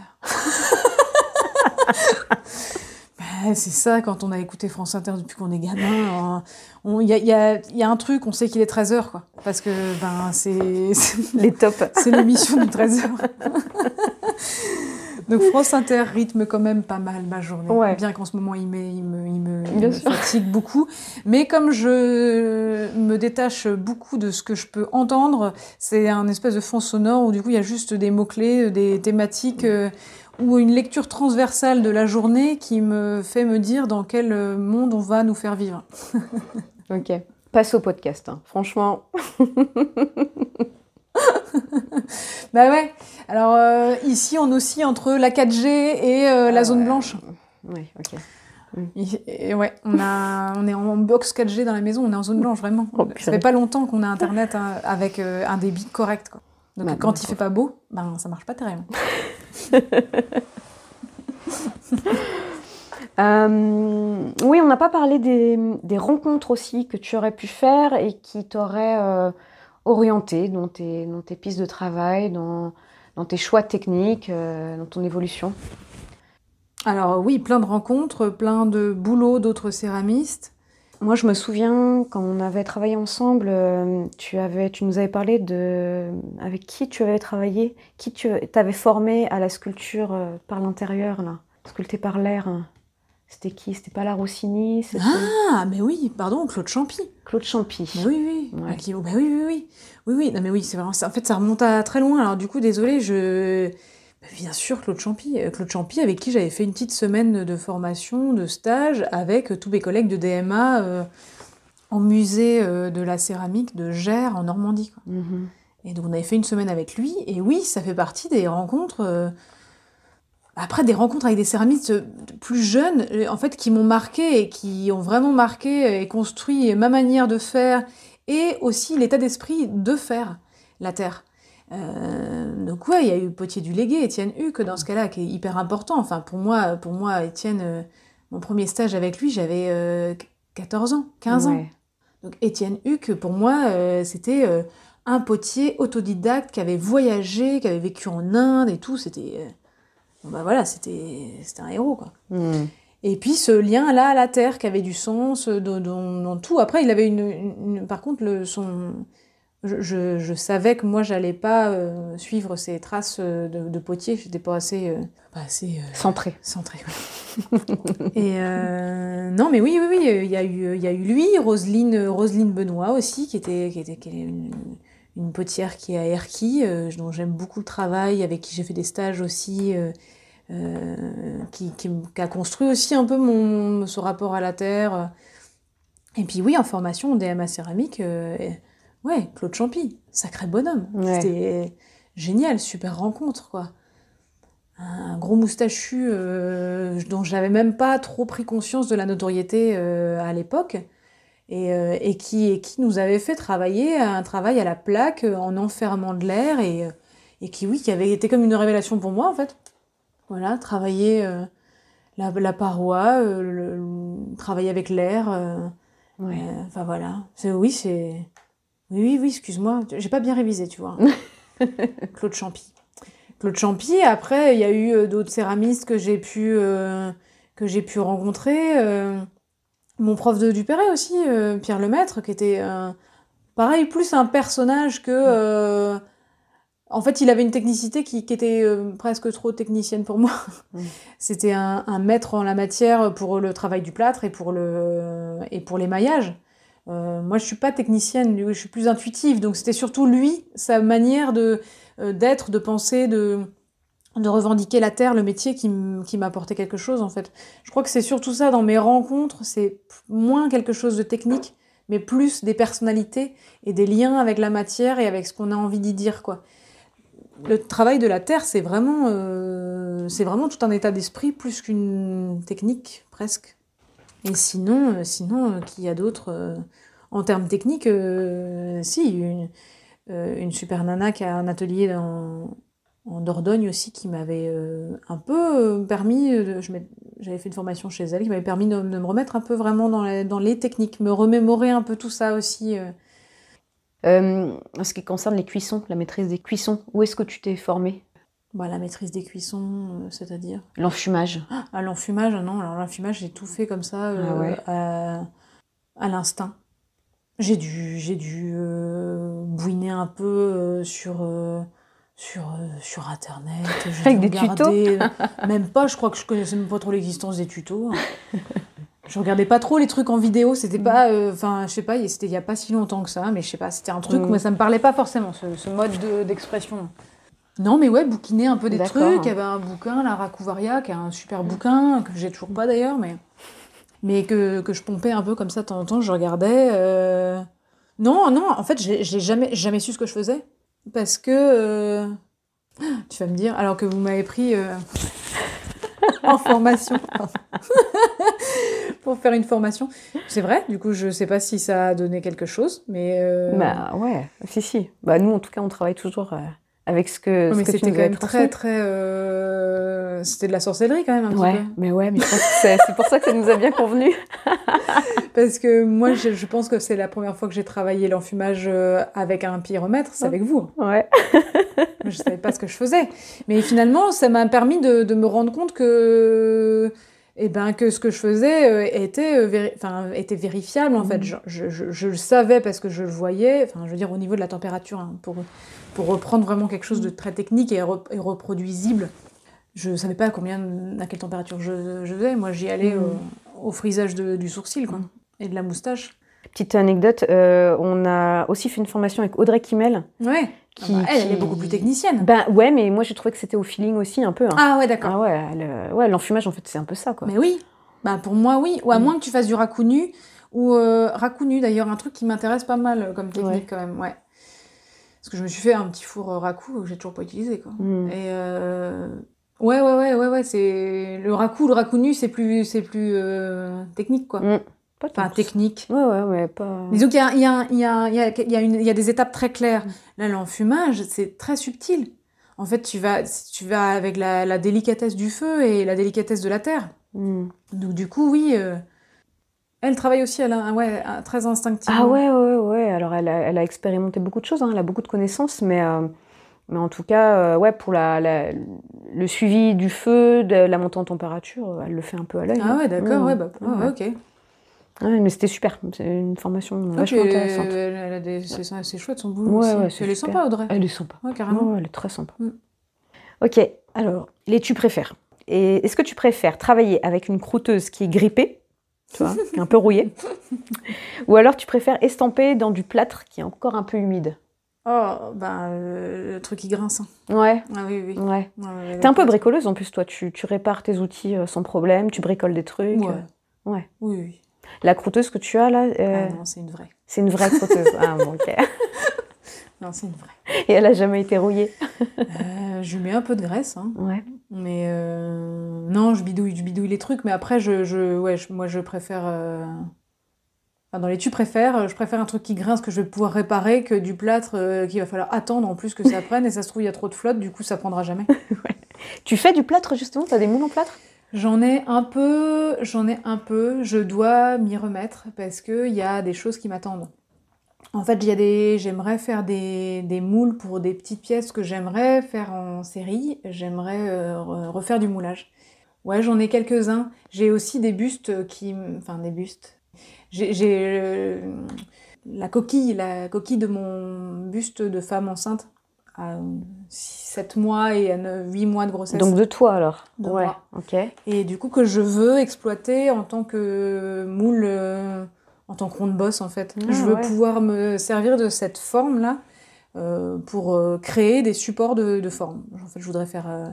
C'est ça, quand on a écouté France Inter depuis qu'on est gamin, il y a un truc, on sait qu'il est 13h, quoi. Parce que c'est les tops. C'est l'émission du 13h. Donc France Inter rythme quand même pas mal ma journée. Ouais. Bien qu'en ce moment il me fatigue beaucoup. Mais comme je me détache beaucoup de ce que je peux entendre, c'est un espèce de fond sonore où du coup il y a juste des mots-clés, des thématiques ou une lecture transversale de la journée qui me fait me dire dans quel monde on va nous faire vivre. Ok. Passe au podcast, hein. Franchement. Bah ouais. Alors ici on oscille entre la 4G et la zone blanche. Oui, ok. Et ouais, on est en box 4G dans la maison, on est en zone blanche vraiment. Ça fait pas longtemps qu'on a internet avec un débit correct, quoi. Donc quand il fait pas beau, ça marche pas terrible. Oui, on n'a pas parlé des rencontres aussi que tu aurais pu faire et qui t'auraient orienté dans tes pistes de travail, dans tes choix techniques, dans ton évolution. Alors oui, plein de rencontres, plein de boulots d'autres céramistes. Moi, je me souviens, quand on avait travaillé ensemble, tu nous avais parlé avec qui tu avais travaillé, qui tu t'avais formé à la sculpture par l'intérieur, là, sculptée par l'air. C'était qui ? C'était pas la Rossini ? Ah, mais oui, pardon, Claude Champy. Claude Champy. Mais oui. Ouais. Oui. Non, mais oui, c'est vraiment ça. En fait, ça remonte à très loin. Alors du coup, désolée, bien sûr, Claude Champy. Claude Champy, avec qui j'avais fait une petite semaine de formation, de stage, avec tous mes collègues de DMA en musée de la céramique de Gers, en Normandie, quoi. Mm-hmm. Et donc, on avait fait une semaine avec lui. Et oui, ça fait partie des rencontres... Après, des rencontres avec des céramistes plus jeunes, en fait, qui m'ont marqué et qui ont vraiment marqué et construit ma manière de faire et aussi l'état d'esprit de faire la terre. Donc ouais, il y a eu Potier du Légué, Étienne Huc, dans ce cas-là, qui est hyper important. Enfin, pour moi, Étienne, mon premier stage avec lui, j'avais 14 ans, 15 ans. Donc Étienne Huc, pour moi, c'était un potier autodidacte qui avait voyagé, qui avait vécu en Inde et tout. C'était un héros, quoi. Et puis ce lien-là à la terre qui avait du sens dans tout. Après, il avait par contre, je savais que moi, j'allais pas suivre ses traces de potier. J'étais pas assez centrée. Ouais. Et non, mais oui, il y a eu lui, Roselyne Benoît aussi, qui est une potière qui est à Erquy, dont j'aime beaucoup le travail, avec qui j'ai fait des stages aussi, qui a construit aussi un peu ce rapport à la terre. Et puis oui, en formation, en DMA céramique, Claude Champy, sacré bonhomme. Ouais. C'était génial, super rencontre, quoi. Un gros moustachu dont j'avais même pas trop pris conscience de la notoriété à l'époque. Et qui nous avait fait travailler un travail à la plaque en enfermant de l'air et qui avait été comme une révélation pour moi, en fait. Voilà, travailler la paroi, travailler avec l'air. Enfin voilà. Oui, excuse-moi, j'ai pas bien révisé, tu vois. Claude Champy. Après, il y a eu d'autres céramistes que j'ai pu rencontrer. Mon prof de Duperré aussi, Pierre Lemaître, qui était pareil, plus un personnage que... En fait, il avait une technicité qui était presque trop technicienne pour moi. C'était un maître en la matière pour le travail du plâtre et pour l'émaillage. Moi, je suis pas technicienne, je suis plus intuitive. Donc, c'était surtout lui, sa manière d'être, de penser, de revendiquer la terre, le métier qui m'apportait quelque chose, en fait. Je crois que c'est surtout ça dans mes rencontres, c'est moins quelque chose de technique, mais plus des personnalités et des liens avec la matière et avec ce qu'on a envie d'y dire, quoi. Le travail de la terre, c'est vraiment tout un état d'esprit plus qu'une technique, presque. Et sinon, qu'il y a d'autres... en termes techniques, si, une super nana qui a un atelier en Dordogne aussi qui m'avait un peu permis, j'avais fait une formation chez elle, qui m'avait permis de me remettre un peu vraiment dans les techniques, me remémorer un peu tout ça aussi. En ce qui concerne les cuissons, la maîtrise des cuissons, où est-ce que tu t'es formée? La maîtrise des cuissons, c'est-à-dire L'enfumage. L'enfumage, non. Alors l'enfumage, j'ai tout fait comme ça, à l'instinct. J'ai dû bouiner un peu sur Internet. Avec des tutos. Même pas, je crois que je connaissais même pas trop l'existence des tutos. Je regardais pas trop les trucs en vidéo, c'était pas... je sais pas, c'était il y a pas si longtemps que ça, mais je sais pas, c'était un truc, moi ça me parlait pas forcément, ce mode d'expression. Non, mais ouais, bouquiner un peu des trucs. Il y avait un bouquin, la Rakouvaria, qui est un super bouquin, que j'ai toujours pas d'ailleurs, mais que je pompais un peu comme ça de temps en temps, je regardais. Non, en fait, j'ai jamais su ce que je faisais. Parce que... tu vas me dire, alors que vous m'avez pris en formation pour faire une formation. C'est vrai, du coup, je sais pas si ça a donné quelque chose, mais... Bah ouais, si. Bah nous, en tout cas, on travaille toujours... avec ce que mais tu c'était nous quand as même transmis. très c'était de la sorcellerie quand même un petit peu. Mais je pense que c'est pour ça que ça nous a bien convenu. Parce que moi je pense que c'est la première fois que j'ai travaillé l'enfumage avec un pyromètre, c'est avec vous. Ouais. Je savais pas ce que je faisais, mais finalement ça m'a permis de me rendre compte que ce que je faisais était vérifiable en fait. Je le savais parce que je le voyais, je veux dire au niveau de la température, hein, pour reprendre vraiment quelque chose de très technique et reproduisible. Je savais pas à quelle température je faisais. Moi, j'y allais au frisage du sourcil, quoi, et de la moustache. Petite anecdote, on a aussi fait une formation avec Audrey Kimmel. Ouais. Elle est beaucoup plus technicienne. Ouais, mais moi j'ai trouvé que c'était au feeling aussi un peu. Hein. Ah ouais, d'accord. Ah ouais, l'enfumage en fait c'est un peu ça, quoi. Mais oui. Pour moi oui. Ou à moins que tu fasses du raku-nu ou raku-nu d'ailleurs, un truc qui m'intéresse pas mal comme technique quand même. Ouais. Parce que je me suis fait un petit four raku que j'ai toujours pas utilisé, quoi. Et ouais, c'est le raku-nu, c'est plus technique, quoi. Pas technique. Ouais, mais pas... Disons qu'il y a des étapes très claires. Là, l'enfumage, c'est très subtil. En fait, tu vas avec la délicatesse du feu et la délicatesse de la terre. Donc, du coup, oui... Elle travaille aussi, très instinctivement. Ah ouais. Alors, elle a expérimenté beaucoup de choses, hein. Elle a beaucoup de connaissances, mais en tout cas, pour le suivi du feu, de la montée en température, elle le fait un peu à l'œil. Ah ouais, d'accord, ok. Ouais, mais c'était super, c'est une formation vachement intéressante. C'est chouette son boulot aussi. Ouais, Elle est sympa, Audrey. Elle est sympa. Ouais, carrément. Ouais, elle est très sympa. Ok, alors, tu préfères. Et est-ce que tu préfères travailler avec une croûteuse qui est grippée, tu vois, qui est un peu rouillée, ou alors tu préfères estamper dans du plâtre qui est encore un peu humide? Le truc qui grince. Ouais. Ah oui. Ouais. T'es un peu bricoleuse en plus, toi. Tu répares tes outils sans problème, tu bricoles des trucs. Ouais. Oui. La croûteuse que tu as là... non, c'est une vraie. C'est une vraie croûteuse. Ah bon, ok. Non, c'est une vraie. Et elle a jamais été rouillée? Je lui mets un peu de graisse, hein. Ouais. Mais non, je bidouille les trucs. Mais après, moi, je préfère... dans les je préfère un truc qui grince que je vais pouvoir réparer que du plâtre qu'il va falloir attendre en plus que ça prenne. Et ça se trouve, il y a trop de flotte, du coup, ça prendra jamais. Ouais. Tu fais du plâtre, justement? T'as des moules en plâtre? J'en ai un peu. Je dois m'y remettre parce qu'il y a des choses qui m'attendent. En fait, j'aimerais faire des moules pour des petites pièces que j'aimerais faire en série. J'aimerais refaire du moulage. Ouais, j'en ai quelques-uns. J'ai aussi des bustes des bustes. J'ai la coquille de mon buste de femme enceinte à 7 mois et à 8 mois de grossesse. Donc de toi alors? De moi. Ok. Et du coup que je veux exploiter en tant que moule en tant que ronde bosse en fait. Je veux pouvoir me servir de cette forme-là pour créer des supports de forme. En fait, je voudrais faire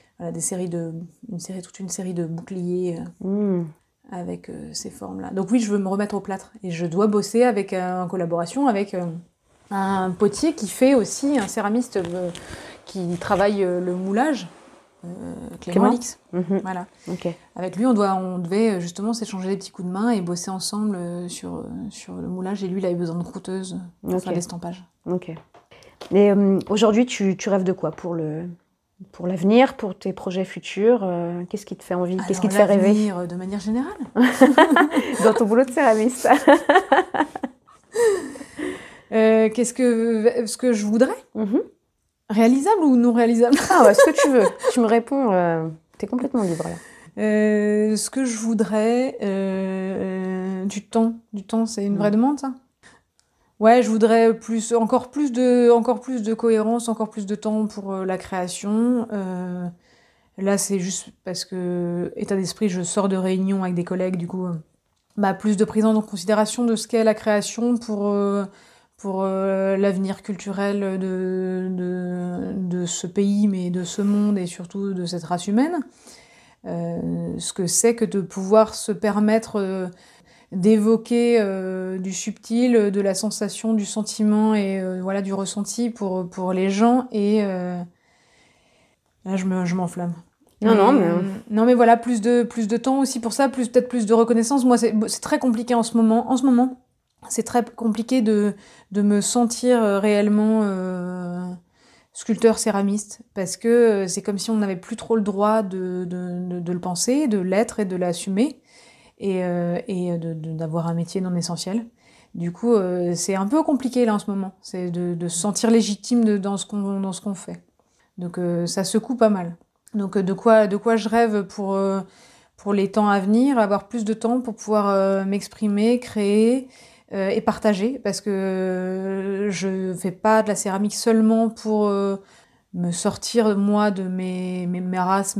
toute une série de boucliers avec ces formes-là. Donc oui, je veux me remettre au plâtre et je dois bosser en collaboration avec un potier qui fait aussi, un céramiste qui travaille le moulage. Clément Alix. Voilà. Okay. Avec lui, on devait justement s'échanger des petits coups de main et bosser ensemble sur le moulage. Et lui, il avait besoin de croûteuses pour faire l'estampage. Ok. Et aujourd'hui, tu rêves de quoi pour l'avenir, pour tes projets futurs? Qu'est-ce qui te fait envie? Qu'est-ce qui te fait rêver? De manière générale. Dans ton boulot de céramiste. Ce que je voudrais? Réalisable ou non réalisable? Ah ouais, ce que tu veux. Tu me réponds, t'es complètement libre là. Ce que je voudrais, du temps. Du temps, c'est une vraie demande, ça? Ouais, je voudrais encore plus de cohérence, encore plus de temps pour la création. Là, c'est juste parce que, état d'esprit, je sors de réunion avec des collègues, du coup, plus de prise en considération de ce qu'est la création pour l'avenir culturel de ce pays, mais de ce monde et surtout de cette race humaine. Ce que c'est que de pouvoir se permettre d'évoquer du subtil, de la sensation, du sentiment et du ressenti pour les gens. Et là, je m'enflamme. Non, mais voilà, plus de temps aussi pour ça, peut-être plus de reconnaissance. Moi, c'est très compliqué en ce moment. En ce moment, c'est très compliqué de me sentir réellement sculpteur céramiste, parce que c'est comme si on n'avait plus trop le droit de le penser, de l'être et de l'assumer, et d'avoir un métier non essentiel. Du coup, c'est un peu compliqué là en ce moment, c'est de se sentir légitime dans ce qu'on fait. Donc ça secoue pas mal. Donc de quoi je rêve pour les temps à venir, avoir plus de temps pour pouvoir m'exprimer, créer et partager, parce que je fais pas de la céramique seulement pour me sortir moi de mes races,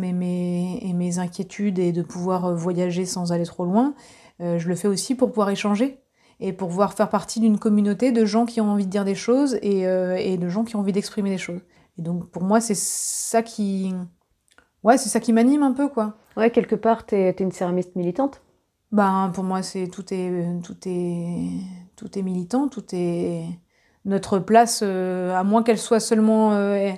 mes inquiétudes et de pouvoir voyager sans aller trop loin. Je le fais aussi pour pouvoir échanger et pour pouvoir faire partie d'une communauté de gens qui ont envie de dire des choses et de gens qui ont envie d'exprimer des choses. Et donc pour moi, c'est ça qui m'anime un peu, quoi. Ouais, quelque part, t'es une céramiste militante. Pour moi, tout est militant, tout est notre place, à moins qu'elle soit seulement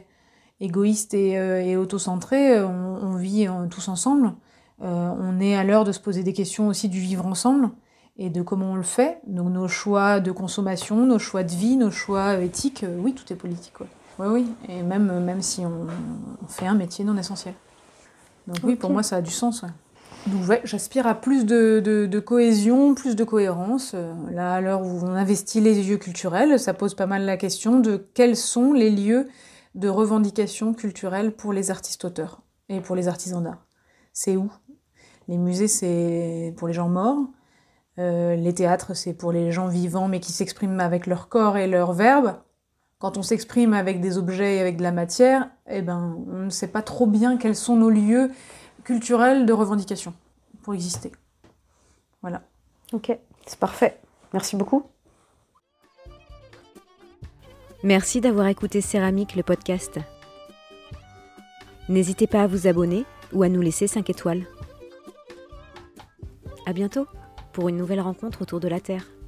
égoïste et auto-centrée, on vit tous ensemble. On est à l'heure de se poser des questions aussi du vivre ensemble et de comment on le fait. Donc nos choix de consommation, nos choix de vie, nos choix éthiques, oui, tout est politique. Oui, et même si on fait un métier non essentiel. Donc oui, pour moi, ça a du sens. Ouais. Donc j'aspire à plus de cohésion, plus de cohérence. Là, à l'heure où on investit les lieux culturels, ça pose pas mal la question de quels sont les lieux de revendication culturelle pour les artistes-auteurs et pour les artisans d'art. C'est où? Les musées, c'est pour les gens morts. Les théâtres, c'est pour les gens vivants, mais qui s'expriment avec leur corps et leur verbe. Quand on s'exprime avec des objets et avec de la matière, on ne sait pas trop bien quels sont nos lieux culturels de revendication pour exister. Voilà. Ok, c'est parfait. Merci beaucoup. Merci d'avoir écouté Céramique, le podcast. N'hésitez pas à vous abonner ou à nous laisser 5 étoiles. À bientôt pour une nouvelle rencontre autour de la Terre.